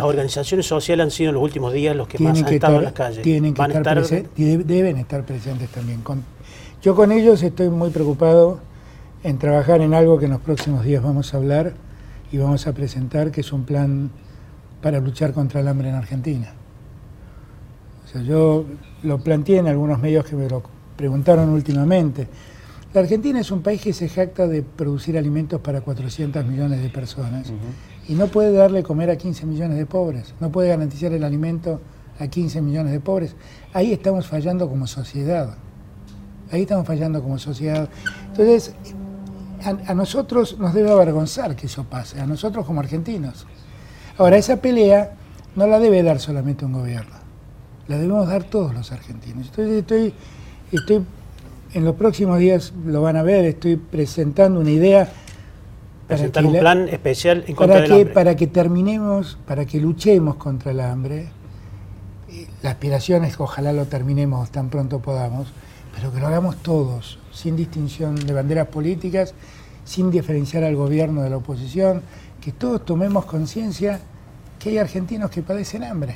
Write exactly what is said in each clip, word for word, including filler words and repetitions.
las organizaciones sociales han sido en los últimos días los que tienen más han que estado estar, en las calles. Tienen que Van estar, a estar presen- deben estar presentes también. Con, yo con ellos estoy muy preocupado en trabajar en algo que en los próximos días vamos a hablar y vamos a presentar, que es un plan para luchar contra el hambre en Argentina. O sea, yo lo planteé en algunos medios que me lo preguntaron últimamente. La Argentina es un país que se jacta de producir alimentos para cuatrocientos millones de personas. Uh-huh. Y no puede darle comer a quince millones de pobres, no puede garantizar el alimento a quince millones de pobres. Ahí estamos fallando como sociedad, ahí estamos fallando como sociedad. Entonces, a, a nosotros nos debe avergonzar que eso pase, a nosotros como argentinos. Ahora, esa pelea no la debe dar solamente un gobierno, la debemos dar todos los argentinos. Entonces, estoy, estoy, en los próximos días lo van a ver, estoy presentando una idea. Presentar un plan especial en contra para del que, hambre. Para que terminemos, para que luchemos contra el hambre. La aspiración es que ojalá lo terminemos tan pronto podamos, pero que lo hagamos todos, sin distinción de banderas políticas, sin diferenciar al gobierno de la oposición, que todos tomemos conciencia que hay argentinos que padecen hambre.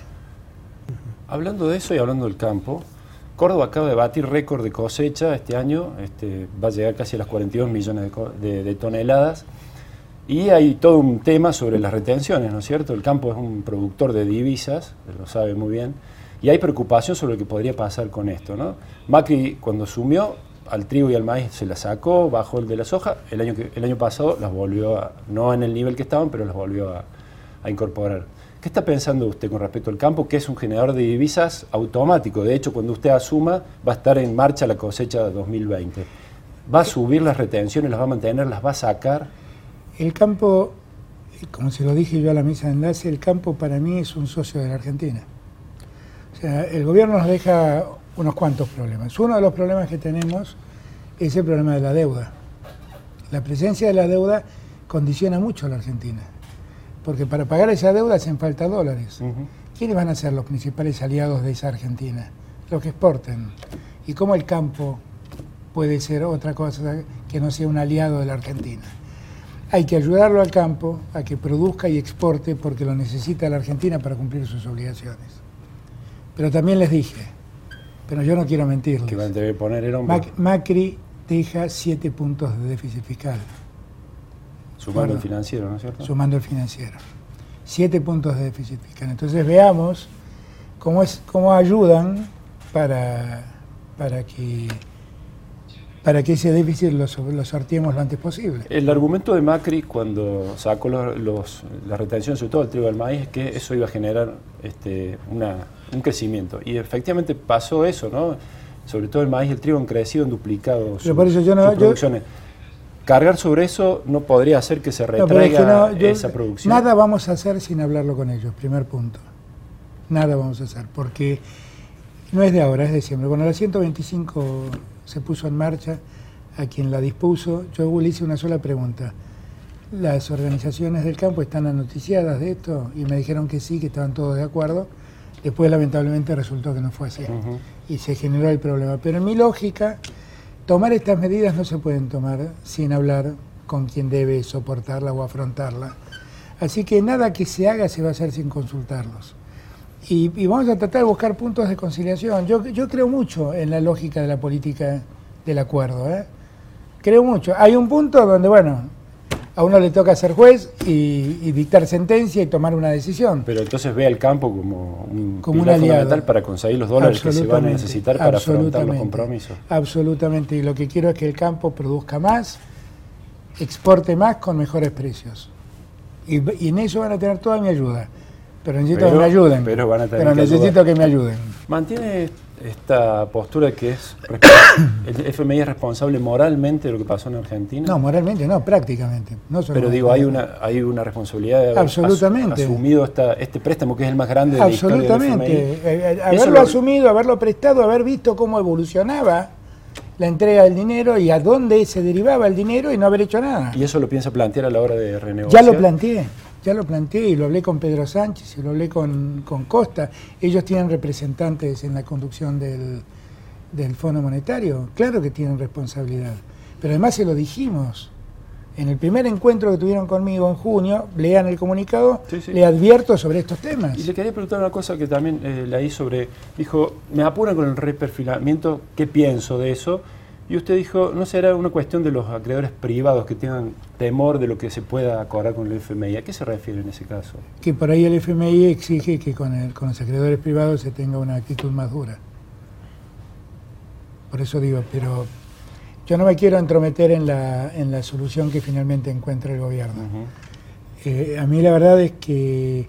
Hablando de eso y hablando del campo, Córdoba acaba de batir récord de cosecha este año, este, va a llegar casi a las cuarenta y dos millones de, de, de toneladas. Y hay todo un tema sobre las retenciones, ¿no es cierto? El campo es un productor de divisas, lo sabe muy bien, y hay preocupación sobre lo que podría pasar con esto, ¿no? Macri, cuando sumió, al trigo y al maíz se las sacó, bajó el de la soja, el año, que, el año pasado las volvió a, no en el nivel que estaban, pero las volvió a, a incorporar. ¿Qué está pensando usted con respecto al campo, que es un generador de divisas automático? De hecho, cuando usted asuma, va a estar en marcha la cosecha dos mil veinte. ¿Va a subir las retenciones, las va a mantener, las va a sacar? El campo, como se lo dije yo a la mesa de enlace, el campo para mí es un socio de la Argentina. O sea, el gobierno nos deja unos cuantos problemas. Uno de los problemas que tenemos es el problema de la deuda. La presencia de la deuda condiciona mucho a la Argentina, porque para pagar esa deuda hacen falta dólares. Uh-huh. ¿Quiénes van a ser los principales aliados de esa Argentina? Los que exporten. ¿Y cómo el campo puede ser otra cosa que no sea un aliado de la Argentina? Hay que ayudarlo al campo a que produzca y exporte porque lo necesita la Argentina para cumplir sus obligaciones. Pero también les dije, pero yo no quiero mentirles, que debe poner el hombro. Mac- Macri deja siete puntos de déficit fiscal. Sumando el financiero, ¿no es cierto? Sumando el financiero. Siete puntos de déficit fiscal. Entonces veamos cómo, es, cómo ayudan para, para que... para que ese déficit lo, lo sorteemos lo antes posible. El argumento de Macri cuando sacó los, los, la retención, sobre todo el trigo y el maíz, es que eso iba a generar este, una, un crecimiento. Y efectivamente pasó eso, ¿no? Sobre todo el maíz y el trigo han crecido, han duplicado su, por eso yo no, sus producciones. Yo, Cargar sobre eso no podría hacer que se retraiga no, es que no, yo, esa producción. Nada vamos a hacer sin hablarlo con ellos, primer punto. Nada vamos a hacer, porque no es de ahora, es de siempre. Cuando la ciento veinticinco se puso en marcha, a quien la dispuso, yo le hice una sola pregunta. ¿Las organizaciones del campo están anoticiadas de esto? Y me dijeron que sí, que estaban todos de acuerdo. Después, lamentablemente, resultó que no fue así. Uh-huh. Y se generó el problema. Pero en mi lógica, tomar estas medidas no se pueden tomar sin hablar con quien debe soportarla o afrontarla. Así que nada que se haga se va a hacer sin consultarlos. Y, y vamos a tratar de buscar puntos de conciliación. Yo, yo creo mucho en la lógica de la política del acuerdo, ¿eh? Creo mucho. Hay un punto donde, bueno, a uno le toca ser juez y, y dictar sentencia y tomar una decisión. Pero entonces ve al campo como un como pilar un fundamental para conseguir los dólares que se van a necesitar para afrontar los compromisos. Absolutamente. Y lo que quiero es que el campo produzca más, exporte más con mejores precios. Y, y en eso van a tener toda mi ayuda. Pero necesito pero, que me ayuden. Pero, van a tener pero que necesito ayudar. que me ayuden. ¿Mantiene esta postura que es el F M I es responsable moralmente de lo que pasó en Argentina? No, moralmente no, prácticamente. No pero digo, hay una hay una responsabilidad de haber absolutamente. As, asumido esta, este préstamo que es el más grande de la historia del F M I. Absolutamente. Haberlo lo... asumido, haberlo prestado, haber visto cómo evolucionaba la entrega del dinero y a dónde se derivaba el dinero y no haber hecho nada. ¿Y eso lo piensa plantear a la hora de renegociar? Ya lo planteé. Ya lo planteé y lo hablé con Pedro Sánchez y lo hablé con, con Costa. Ellos tienen representantes en la conducción del, del Fondo Monetario. Claro que tienen responsabilidad. Pero además se lo dijimos. En el primer encuentro que tuvieron conmigo en junio, lean el comunicado, sí, sí. le advierto sobre estos temas. Y le quería preguntar una cosa que también eh, leí sobre, dijo, me apuran con el reperfilamiento, ¿qué pienso de eso? Y usted dijo, ¿no será una cuestión de los acreedores privados que tengan temor de lo que se pueda acordar con el F M I? ¿A qué se refiere en ese caso? Que por ahí el F M I exige que con, el, con los acreedores privados se tenga una actitud más dura. Por eso digo, pero yo no me quiero entrometer en la, en la solución que finalmente encuentra el gobierno. Uh-huh. eh, a mí la verdad es que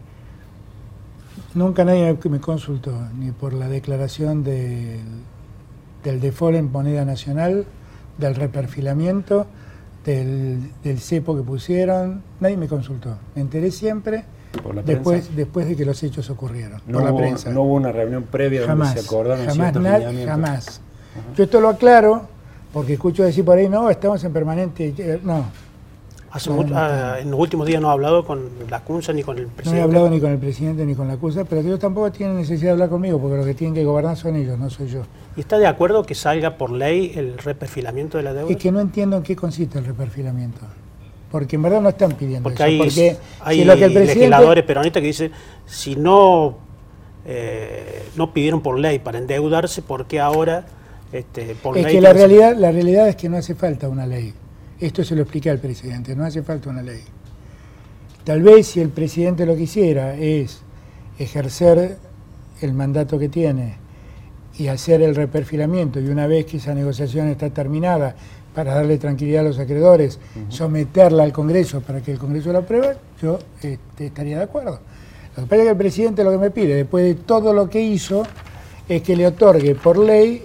nunca nadie me consultó, ni por la declaración de, del default en moneda nacional, del reperfilamiento, del, del cepo que pusieron, nadie me consultó. Me enteré siempre ¿Por la después, prensa? después de que los hechos ocurrieron, no por la hubo, prensa. No hubo una reunión previa jamás, donde se acordaron jamás, ciertos na, lineamientos. jamás. Uh-huh. Yo esto lo aclaro porque escucho decir por ahí, no, estamos en permanente... No. Hace no, mucho, no, ah, no. En los últimos días no ha hablado con la CUNSA ni con el presidente. No he hablado ni con el presidente ni con la CUNSA, pero ellos tampoco tienen necesidad de hablar conmigo porque los que tienen que gobernar son ellos, no soy yo. ¿Y está de acuerdo que salga por ley el reperfilamiento de la deuda? Es que no entiendo en qué consiste el reperfilamiento. Porque en verdad no están pidiendo porque eso. Hay, porque hay si lo que el presidente... legisladores peronistas que dicen, si no, eh, no pidieron por ley para endeudarse, ¿por qué ahora este, por es ley? que la realidad, la realidad es que no hace falta una ley. Esto se lo expliqué al presidente, no hace falta una ley. Tal vez si el presidente lo quisiera es ejercer el mandato que tiene y hacer el reperfilamiento, y una vez que esa negociación está terminada, para darle tranquilidad a los acreedores, uh-huh. someterla al Congreso para que el Congreso la apruebe, yo este, estaría de acuerdo. Lo que pasa es que el presidente lo que me pide, después de todo lo que hizo, es que le otorgue por ley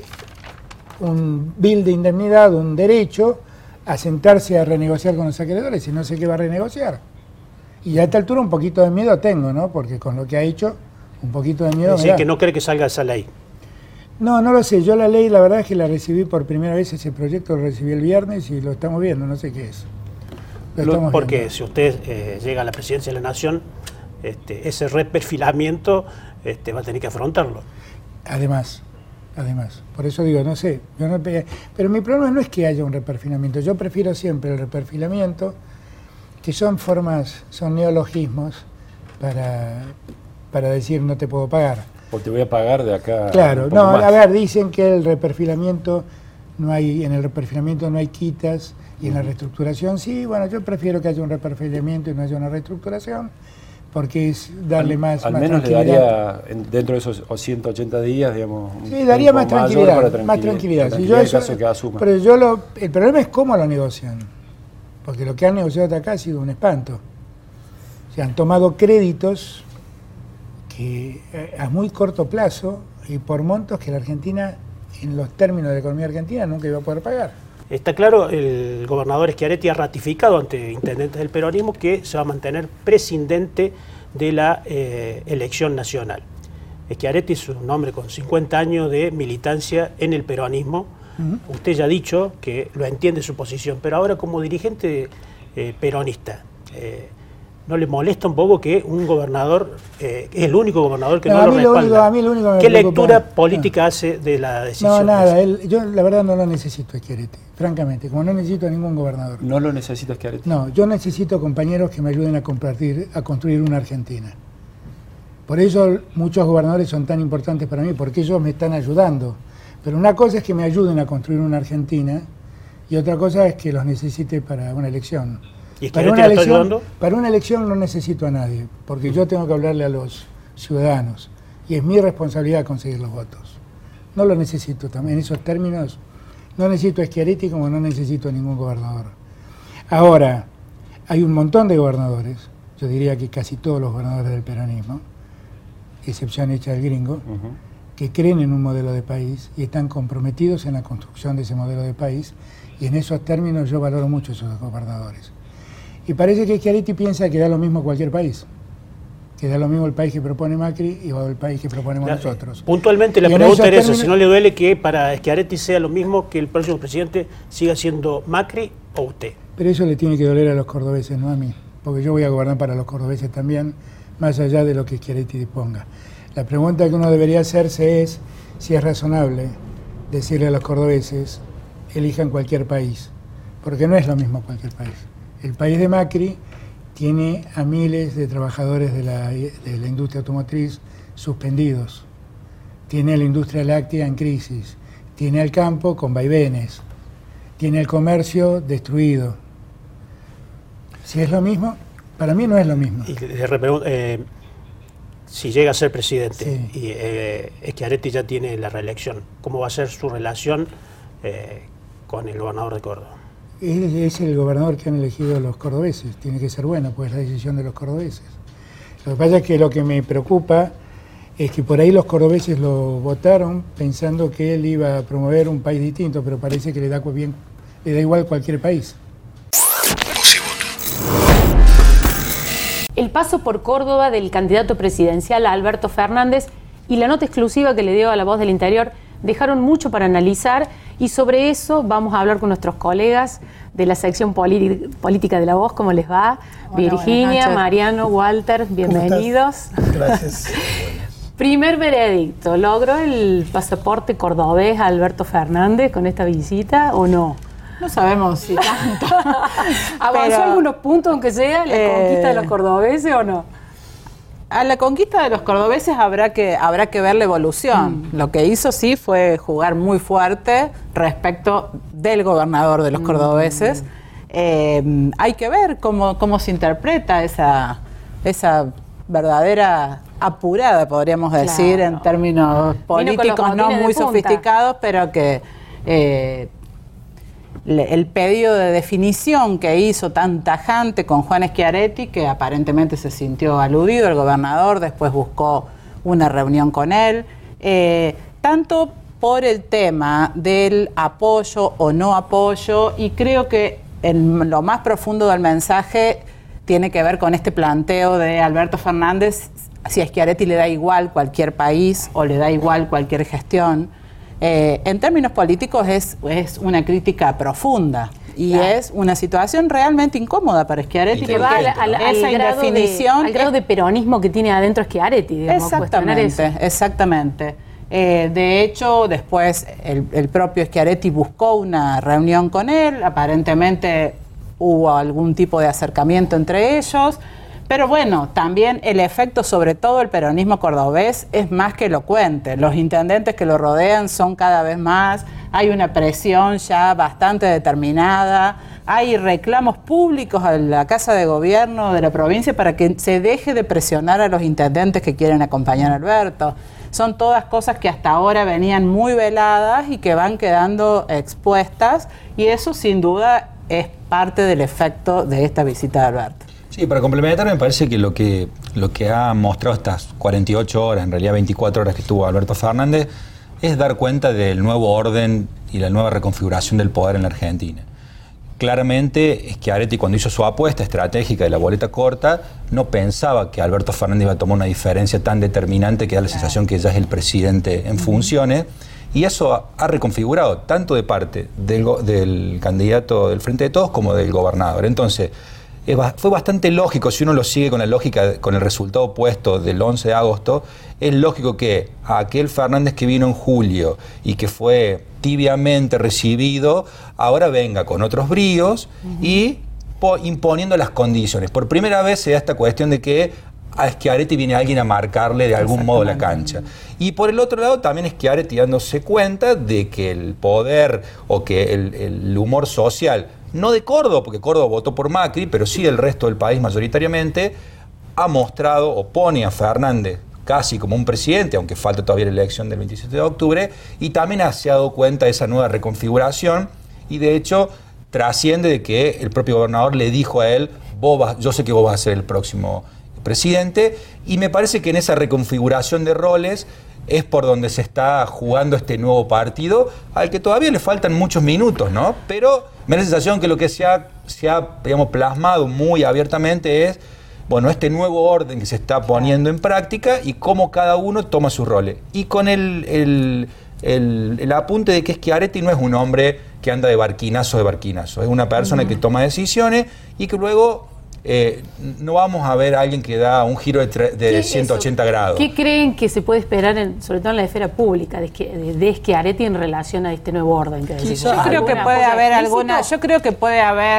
un bill de indemnidad, un derecho a sentarse a renegociar con los acreedores, y no sé qué va a renegociar. Y a esta altura un poquito de miedo tengo, ¿no? Porque con lo que ha hecho, un poquito de miedo. Es decir, que no cree que salga esa ley. No, no lo sé. Yo la ley, la verdad es que la recibí por primera vez, ese proyecto lo recibí el viernes y lo estamos viendo, no sé qué es. Lo, porque viendo. Si usted eh, llega a la presidencia de la Nación, este, ese reperfilamiento este, va a tener que afrontarlo. Además, además. Por eso digo, no sé. Yo no, pero mi problema no es que haya un reperfilamiento. Yo prefiero siempre el reperfilamiento, que son formas, son neologismos para, para decir no te puedo pagar. O te voy a pagar de acá. Claro, no, más. A ver, dicen que el reperfilamiento, no hay, en el reperfilamiento no hay quitas, y uh-huh. en la reestructuración sí. Bueno, yo prefiero que haya un reperfilamiento y no haya una reestructuración, porque es darle al, más, al más menos tranquilidad. Le daría, dentro de esos ciento ochenta días, digamos... Sí, daría más tranquilidad, tranquilidad, más tranquilidad. Para si tranquilidad yo eso, caso que asuma. Pero yo lo, el problema es cómo lo negocian, porque lo que han negociado hasta acá ha sido un espanto. Se han tomado créditos que a muy corto plazo y por montos que la Argentina, en los términos de la economía argentina, nunca iba a poder pagar. Está claro, el gobernador Schiaretti ha ratificado ante intendentes del peronismo que se va a mantener prescindente de la eh, elección nacional. Schiaretti es un hombre con cincuenta años de militancia en el peronismo. Uh-huh. Usted ya ha dicho que lo entiende su posición, pero ahora como dirigente eh, peronista, eh, ¿no le molesta un poco que un gobernador, eh, es el único gobernador que no, no lo respalda? Único, a mí lo único que me ¿Qué preocupa, lectura política no. hace de la decisión? No, nada, él, yo la verdad no lo necesito a Schiaretti, francamente, como no necesito a ningún gobernador. ¿No lo necesito a Schiaretti? No, yo necesito compañeros que me ayuden a compartir, a construir una Argentina. Por eso muchos gobernadores son tan importantes para mí, porque ellos me están ayudando. Pero una cosa es que me ayuden a construir una Argentina y otra cosa es que los necesite para una elección. ¿Y para, una elección para una elección no necesito a nadie, porque yo tengo que hablarle a los ciudadanos y es mi responsabilidad conseguir los votos. No lo necesito también, en esos términos, no necesito a Schiaretti como no necesito a ningún gobernador. Ahora, hay un montón de gobernadores, yo diría que casi todos los gobernadores del peronismo, excepción hecha del gringo, uh-huh. que creen en un modelo de país y están comprometidos en la construcción de ese modelo de país, y en esos términos yo valoro mucho a esos gobernadores. Y parece que Schiaretti piensa que da lo mismo cualquier país, que da lo mismo el país que propone Macri y el país que proponemos la, nosotros. Puntualmente la pregunta era esa, si no le duele que para Schiaretti sea lo mismo que el próximo presidente siga siendo Macri o usted. Pero eso le tiene que doler a los cordobeses, no a mí, porque yo voy a gobernar para los cordobeses también, más allá de lo que Schiaretti disponga. La pregunta que uno debería hacerse es si es razonable decirle a los cordobeses elijan cualquier país, porque no es lo mismo cualquier país. El país de Macri tiene a miles de trabajadores de la, de la industria automotriz suspendidos, tiene a la industria láctea en crisis, tiene al campo con vaivenes, tiene el comercio destruido. Si es lo mismo, para mí no es lo mismo. Y le repregunto, eh, si llega a ser presidente Sí. y eh, Schiaretti ya tiene la reelección, ¿cómo va a ser su relación eh, con el gobernador de Córdoba? Él es el gobernador que han elegido los cordobeses, tiene que ser bueno, pues es la decisión de los cordobeses. Lo que pasa es que lo que me preocupa es que por ahí los cordobeses lo votaron pensando que él iba a promover un país distinto, pero parece que le da, bien, le da igual cualquier país. El paso por Córdoba del candidato presidencial Alberto Fernández y la nota exclusiva que le dio a La Voz del Interior dejaron mucho para analizar, y sobre eso vamos a hablar con nuestros colegas de la sección política de La Voz. ¿Cómo les va? Hola, Virginia, Mariano, Walter, bienvenidos. Gracias. Primer veredicto, ¿logró el pasaporte cordobés Alberto Fernández con esta visita o no? No sabemos si tanto. ¿Avanzó Pero, algunos puntos, aunque sea, la eh, conquista de los cordobeses o no? A la conquista de los cordobeses habrá que, habrá que ver la evolución. Mm. Lo que hizo sí fue jugar muy fuerte respecto del gobernador de los cordobeses. Mm. Eh, hay que ver cómo, cómo se interpreta esa, esa verdadera apurada, podríamos decir, claro, en términos políticos no muy sofisticados, pero que eh, el pedido de definición que hizo tan tajante con Juan Schiaretti, que aparentemente se sintió aludido, el gobernador después buscó una reunión con él, eh, tanto por el tema del apoyo o no apoyo, y creo que en lo más profundo del mensaje tiene que ver con este planteo de Alberto Fernández, si a Schiaretti le da igual cualquier país o le da igual cualquier gestión. Eh, en términos políticos es, es una crítica profunda y claro, es una situación realmente incómoda para Schiaretti. Que va al, al, al, esa grado indefinición de, al grado de peronismo que tiene adentro Schiaretti, digamos, exactamente, eso. exactamente. Eh, de hecho, después el, el propio Schiaretti buscó una reunión con él, aparentemente hubo algún tipo de acercamiento entre ellos. Pero bueno, también el efecto sobre todo el peronismo cordobés es más que elocuente. Los intendentes que lo rodean son cada vez más, hay una presión ya bastante determinada, hay reclamos públicos a la Casa de Gobierno de la provincia para que se deje de presionar a los intendentes que quieren acompañar a Alberto. Son todas cosas que hasta ahora venían muy veladas y que van quedando expuestas, y eso sin duda es parte del efecto de esta visita de Alberto. Sí, para complementar, me parece que lo que lo que ha mostrado estas cuarenta y ocho horas, en realidad veinticuatro horas que estuvo Alberto Fernández, es dar cuenta del nuevo orden y la nueva reconfiguración del poder en la Argentina. Claramente, Schiaretti, cuando hizo su apuesta estratégica de la boleta corta, no pensaba que Alberto Fernández iba a tomar una diferencia tan determinante que da la sensación que ya es el presidente en funciones, y eso ha reconfigurado tanto de parte del, del candidato del Frente de Todos como del gobernador. Entonces, fue bastante lógico, si uno lo sigue con la lógica, con el resultado opuesto del once de agosto, es lógico que a aquel Fernández que vino en julio y que fue tibiamente recibido, ahora venga con otros bríos uh-huh. y po, imponiendo las condiciones. Por primera vez se da esta cuestión de que a Schiaretti viene alguien a marcarle de algún modo la cancha. Y por el otro lado también Schiaretti dándose cuenta de que el poder o que el, el humor social, no de Córdoba, porque Córdoba votó por Macri, pero sí del resto del país mayoritariamente, ha mostrado o pone a Fernández casi como un presidente, aunque falta todavía la elección del veintisiete de octubre, y también se ha dado cuenta de esa nueva reconfiguración, y de hecho trasciende de que el propio gobernador le dijo a él, vos vas, yo sé que vos vas a ser el próximo presidente, y me parece que en esa reconfiguración de roles es por donde se está jugando este nuevo partido, al que todavía le faltan muchos minutos, ¿no? Pero me da la sensación que lo que se ha, se ha digamos, plasmado muy abiertamente es, bueno, este nuevo orden que se está poniendo en práctica y cómo cada uno toma sus roles. Y con el, el, el, el apunte de que Schiaretti no es un hombre que anda de barquinazo de barquinazo, es una persona uh-huh. que toma decisiones y que luego Eh, no vamos a ver a alguien que da un giro de, tre- de ciento ochenta grados. ¿Qué creen que se puede esperar, en, sobre todo en la esfera pública, de, de, de Schiaretti en relación a este nuevo orden? Que yo creo que puede haber alguna, yo creo que puede haber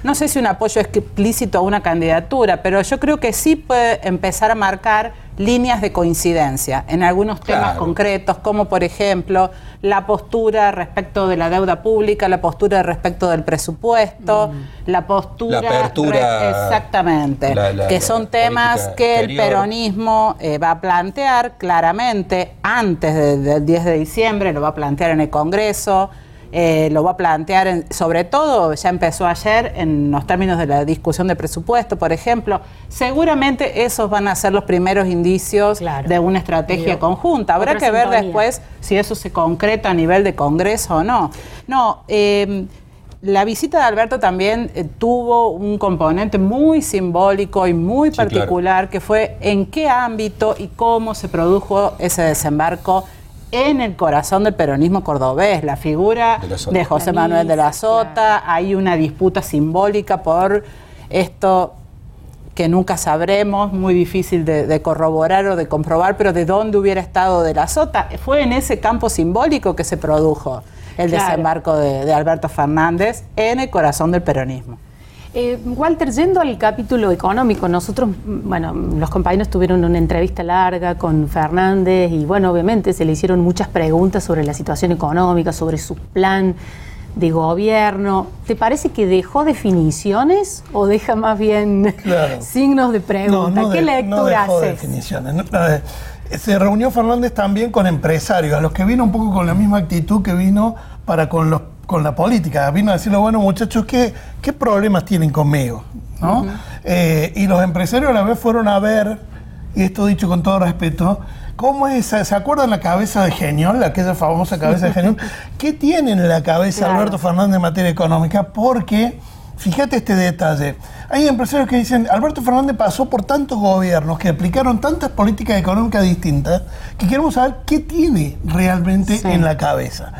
no sé si un apoyo explícito a una candidatura, pero yo creo que sí puede empezar a marcar líneas de coincidencia en algunos temas Claro. concretos, como por ejemplo la postura respecto de la deuda pública, la postura respecto del presupuesto, mm. la postura... La apertura... Re, exactamente, la, la, que son la temas que exterior. el peronismo eh, va a plantear claramente antes de, del diez de diciembre, lo va a plantear en el Congreso, Eh, lo va a plantear, en, sobre todo, ya empezó ayer en los términos de la discusión de presupuesto, por ejemplo. Seguramente esos van a ser los primeros indicios claro. de una estrategia Digo, conjunta. Habrá que ver sintonía. después si eso se concreta a nivel de Congreso o no. No, eh, la visita de Alberto también eh, tuvo un componente muy simbólico y muy sí, particular, claro. que fue en qué ámbito y cómo se produjo ese desembarco en el corazón del peronismo cordobés, la figura de, de José Manuel de la Sota. Claro. Hay una disputa simbólica por esto que nunca sabremos, muy difícil de, de corroborar o de comprobar, pero de dónde hubiera estado de la Sota. Fue en ese campo simbólico que se produjo el claro. desembarco de, de Alberto Fernández en el corazón del peronismo. Eh, Walter, yendo al capítulo económico, nosotros, bueno, los compañeros tuvieron una entrevista larga con Fernández y, bueno, obviamente se le hicieron muchas preguntas sobre la situación económica, sobre su plan de gobierno. ¿Te parece que dejó definiciones o deja más bien claro. signos de pregunta? No, no ¿Qué de, lectura no dejó haces? definiciones. No, se reunió Fernández también con empresarios, a los que vino un poco con la misma actitud que vino para con los con la política, vino a decirle, bueno muchachos, ¿qué, qué problemas tienen conmigo? ¿No? Uh-huh. eh, y los empresarios a la vez fueron a ver, y esto dicho con todo respeto, ¿cómo es esa? ¿Se acuerdan la cabeza de Geniol, aquella famosa cabeza de Geniol? ¿Qué tiene en la cabeza claro. Alberto Fernández en materia económica? Porque, fíjate este detalle, hay empresarios que dicen, Alberto Fernández pasó por tantos gobiernos que aplicaron tantas políticas económicas distintas, que queremos saber qué tiene realmente sí. en la cabeza.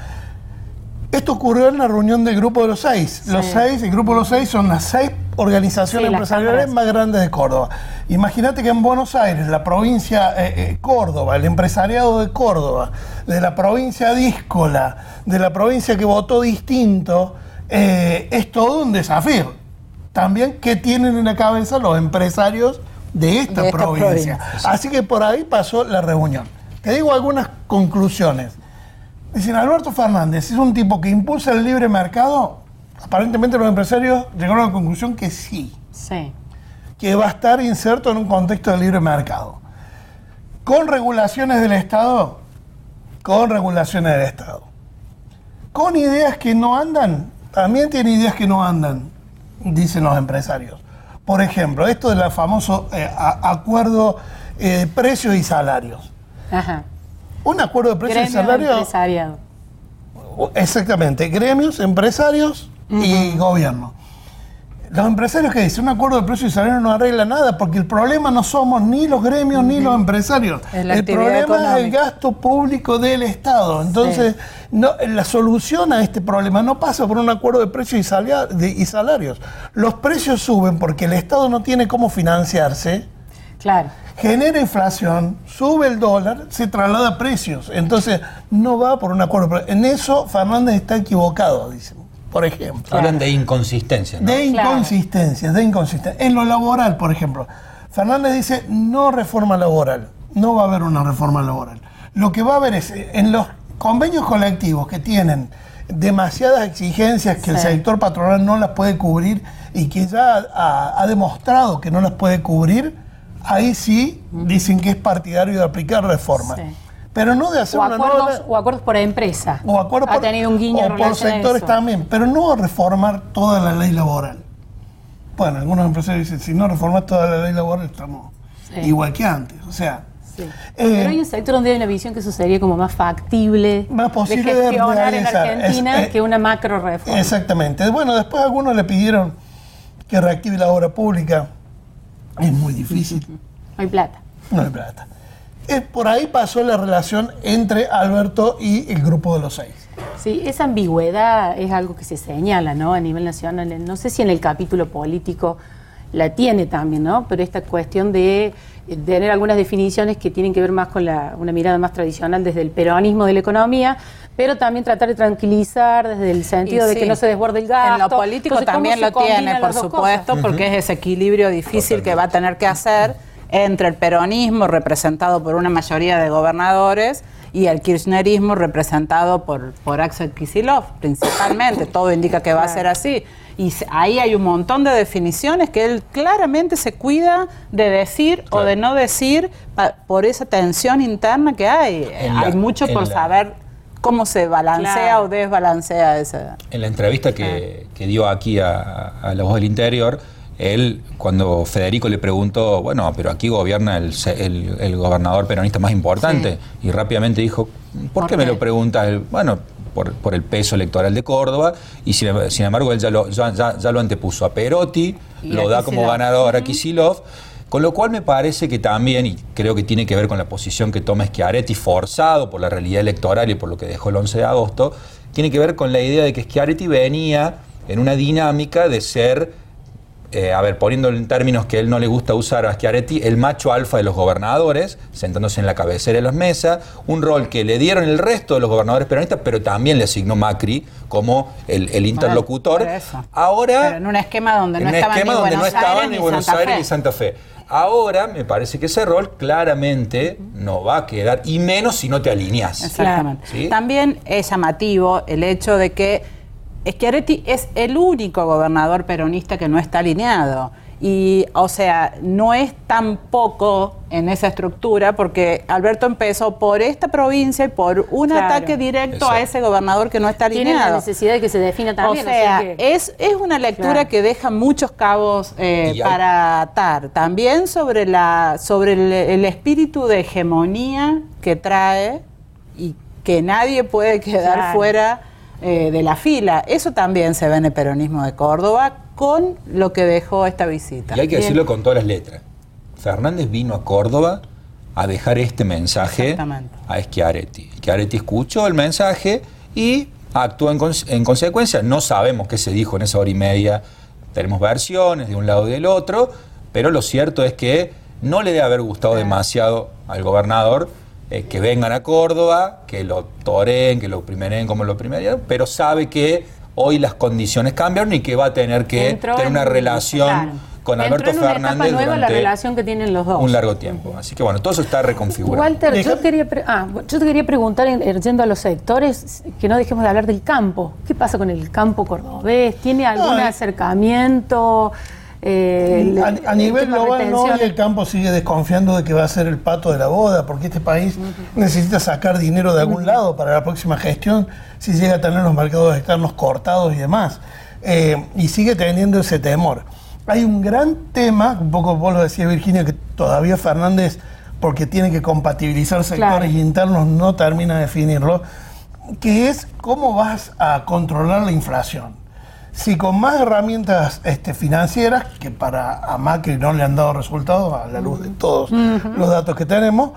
Esto ocurrió en la reunión del Grupo de los Seis. Sí. Los seis, el Grupo de los Seis son las seis organizaciones sí, empresariales más grandes de Córdoba. Imagínate que en Buenos Aires, la provincia eh, eh, Córdoba, el empresariado de Córdoba, de la provincia díscola, de la provincia que votó distinto, eh, es todo un desafío. También, ¿qué tienen en la cabeza los empresarios de esta, de esta provincia? provincia? Así que por ahí pasó la reunión. Te digo algunas conclusiones. Dicen, Alberto Fernández es un tipo que impulsa el libre mercado. Aparentemente los empresarios llegaron a la conclusión que sí. Sí. Que va a estar inserto en un contexto de libre mercado. Con regulaciones del Estado, con regulaciones del Estado. Con ideas que no andan, también tiene ideas que no andan, dicen los empresarios. Por ejemplo, esto del famoso eh, a, acuerdo de eh, precios y salarios. Ajá. Un acuerdo de precios y salarios. Empresariado. Exactamente, gremios, empresarios uh-huh. y gobierno. Los empresarios que dicen un acuerdo de precios y salarios no arregla nada, porque el problema no somos ni los gremios uh-huh. ni los empresarios. El problema económica. es el gasto público del Estado. Entonces, sí. no, la solución a este problema no pasa por un acuerdo de precios y, salia- de, y salarios. Los precios suben porque el Estado no tiene cómo financiarse. Claro. Genera inflación, sube el dólar, se traslada a precios. Entonces, no va por un acuerdo. En eso Fernández está equivocado, dicen, por ejemplo. Hablan de inconsistencia, ¿no? De inconsistencias, de inconsistencias. En lo laboral, por ejemplo, Fernández dice, no reforma laboral. No va a haber una reforma laboral. Lo que va a haber es, en los convenios colectivos que tienen demasiadas exigencias que sí. el sector patronal no las puede cubrir y que ya ha, ha demostrado que no las puede cubrir, ahí sí dicen que es partidario de aplicar reformas. Sí. Pero no de hacer o una acuerdos, nueva... O acuerdos por empresa. O acuerdos ha por, tenido un guiño o por sectores también. Pero no reformar toda la ley laboral. Bueno, algunos empresarios dicen, si no reformas toda la ley laboral, estamos sí. igual que antes. O sea... Sí. Eh, Pero hay un sector donde hay una visión que eso sería como más factible, más posible de gestionar de en Argentina es, eh, que una macro reforma. Exactamente. Bueno, después algunos le pidieron que reactive la obra pública. Es muy difícil. No hay plata. No hay plata. Eh, por ahí pasó la relación entre Alberto y el Grupo de los Seis. Sí, esa ambigüedad es algo que se señala, ¿no? A nivel nacional. No sé si en el capítulo político la tiene también, ¿no? Pero esta cuestión de, de tener algunas definiciones que tienen que ver más con la, una mirada más tradicional desde el peronismo de la economía, pero también tratar de tranquilizar desde el sentido Y de sí, que no se desborde el gasto. En lo político Entonces, también ¿cómo lo se combinan tiene, por las dos supuesto, cosas? porque es ese equilibrio difícil que va a tener que hacer entre el peronismo representado por una mayoría de gobernadores y el kirchnerismo representado por, por Axel Kicillof, principalmente. Todo indica que va a ser así. Y ahí hay un montón de definiciones que él claramente se cuida de decir claro. o de no decir pa, por esa tensión interna que hay. La, hay mucho por la, saber cómo se balancea claro. o desbalancea esa... En la entrevista que, que dio aquí a, a La Voz del Interior, él, cuando Federico le preguntó, bueno, pero aquí gobierna el, el, el gobernador peronista más importante, sí. y rápidamente dijo, ¿por, ¿Por qué, qué me lo preguntas? Bueno, por, por el peso electoral de Córdoba, y sin, sin embargo él ya lo, ya, ya, ya lo antepuso a Perotti, lo da como ganador a Kicillof, con lo cual me parece que también, y creo que tiene que ver con la posición que toma Schiaretti, forzado por la realidad electoral y por lo que dejó el once de agosto, tiene que ver con la idea de que Schiaretti venía en una dinámica de ser... Eh, a ver, poniéndolo en términos que a él no le gusta usar a Schiaretti, el macho alfa de los gobernadores, sentándose en la cabecera de las mesas, un rol que le dieron el resto de los gobernadores peronistas, pero también le asignó Macri como el, el interlocutor. Por eso. Ahora, pero en un esquema donde no estaban esquema ni donde Buenos no estaban Aires ni ni Buenos Santa Aires Fe. ni Santa Fe. Ahora me parece que ese rol claramente no va a quedar, y menos si no te alineás. Exactamente. ¿Sí? También es llamativo el hecho de que Schiaretti es el único gobernador peronista que no está alineado. Y, o sea, no es tampoco en esa estructura, porque Alberto empezó por esta provincia y por un claro. ataque directo Exacto. a ese gobernador que no está alineado. Tiene la necesidad de que se defina también. O sea, o sea que... es, es una lectura claro. que deja muchos cabos eh, hay... para atar. También sobre, la, sobre el, el espíritu de hegemonía que trae y que nadie puede quedar claro. fuera eh, de la fila. Eso también se ve en el peronismo de Córdoba, con lo que dejó esta visita. Y hay que Bien. decirlo con todas las letras. Fernández vino a Córdoba a dejar este mensaje a Schiaretti. Schiaretti escuchó el mensaje y actuó en, cons en consecuencia. No sabemos qué se dijo en esa hora y media. Tenemos versiones de un lado y del otro, pero lo cierto es que no le debe haber gustado sí. demasiado al gobernador eh, que vengan a Córdoba, que lo toreen, que lo primeren como lo primerían, pero sabe que hoy las condiciones cambiaron y que va a tener que Entró tener una en, relación claro. con Entró Alberto en una Fernández etapa nueva durante la relación que tienen los dos. un largo tiempo. Así que bueno, todo eso está reconfigurado. Walter, yo te, quería ah, yo te quería preguntar, yendo a los sectores, que no dejemos de hablar del campo. ¿Qué pasa con el campo cordobés? ¿Tiene algún no, acercamiento? Eh, a, a nivel global no, y el campo sigue desconfiando de que va a ser el pato de la boda, porque este país uh-huh. necesita sacar dinero de algún uh-huh. lado para la próxima gestión, si llega a tener los mercados externos cortados y demás. Eh, y sigue teniendo ese temor. Hay un gran tema, un poco vos lo decías, Virginia, que todavía Fernández, porque tiene que compatibilizar sectores claro. internos, no termina de definirlo, que es cómo vas a controlar la inflación. Si con más herramientas este, financieras, que para a Macri no le han dado resultados a la luz de todos uh-huh. los datos que tenemos,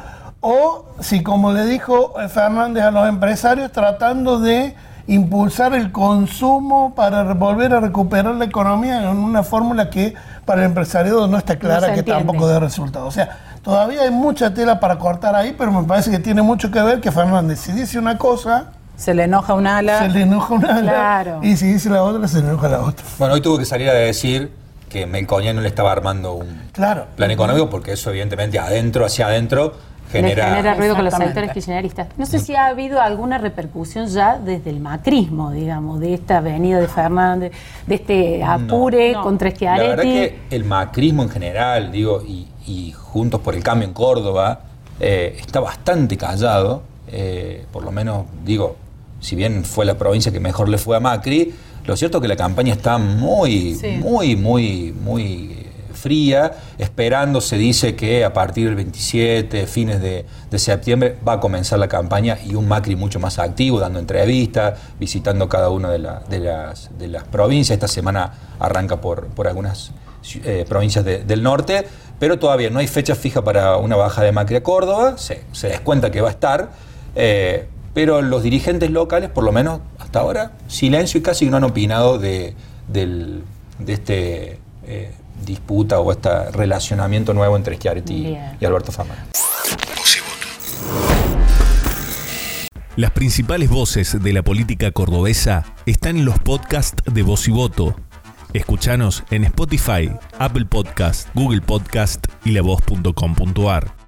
o si, como le dijo Fernández a los empresarios, tratando de impulsar el consumo para volver a recuperar la economía en una fórmula que para el empresariado no está clara, no que entiende. Tampoco dé resultados. O sea, todavía hay mucha tela para cortar ahí, pero me parece que tiene mucho que ver que Fernández, si dice una cosa... Se le enoja un ala. Se le enoja un ala. Claro. Y si dice la otra, se le enoja la otra. Bueno, hoy tuvo que salir a decir que Melconian no le estaba armando un claro. plan económico, porque eso evidentemente adentro, hacia adentro, genera... Le genera ruido con los sectores kirchneristas. No sé si ha habido alguna repercusión ya desde el macrismo, digamos, de esta venida de Fernández, de este apure no, no. contra Schiaretti. La verdad que el macrismo en general, digo, y, y Juntos por el Cambio en Córdoba, eh, está bastante callado, eh, por lo menos, digo... Si bien fue la provincia que mejor le fue a Macri, lo cierto es que la campaña está muy, sí. muy, muy, muy fría, esperando, se dice que a partir del veintisiete, fines de, de septiembre, va a comenzar la campaña y un Macri mucho más activo, dando entrevistas, visitando cada una de, la, de, las, de las provincias. Esta semana arranca por, por algunas eh, provincias de, del norte, pero todavía no hay fecha fija para una baja de Macri a Córdoba, se, se descuenta que va a estar, eh, pero los dirigentes locales, por lo menos hasta ahora, silencio y casi no han opinado de, del, de, este, eh, disputa o este relacionamiento nuevo entre Schiaretti y, y Alberto Fernández. Las principales voces de la política cordobesa están en los podcasts de Voz y Voto. Escuchanos en Spotify, Apple Podcast, Google Podcast y la voz punto com punto ar.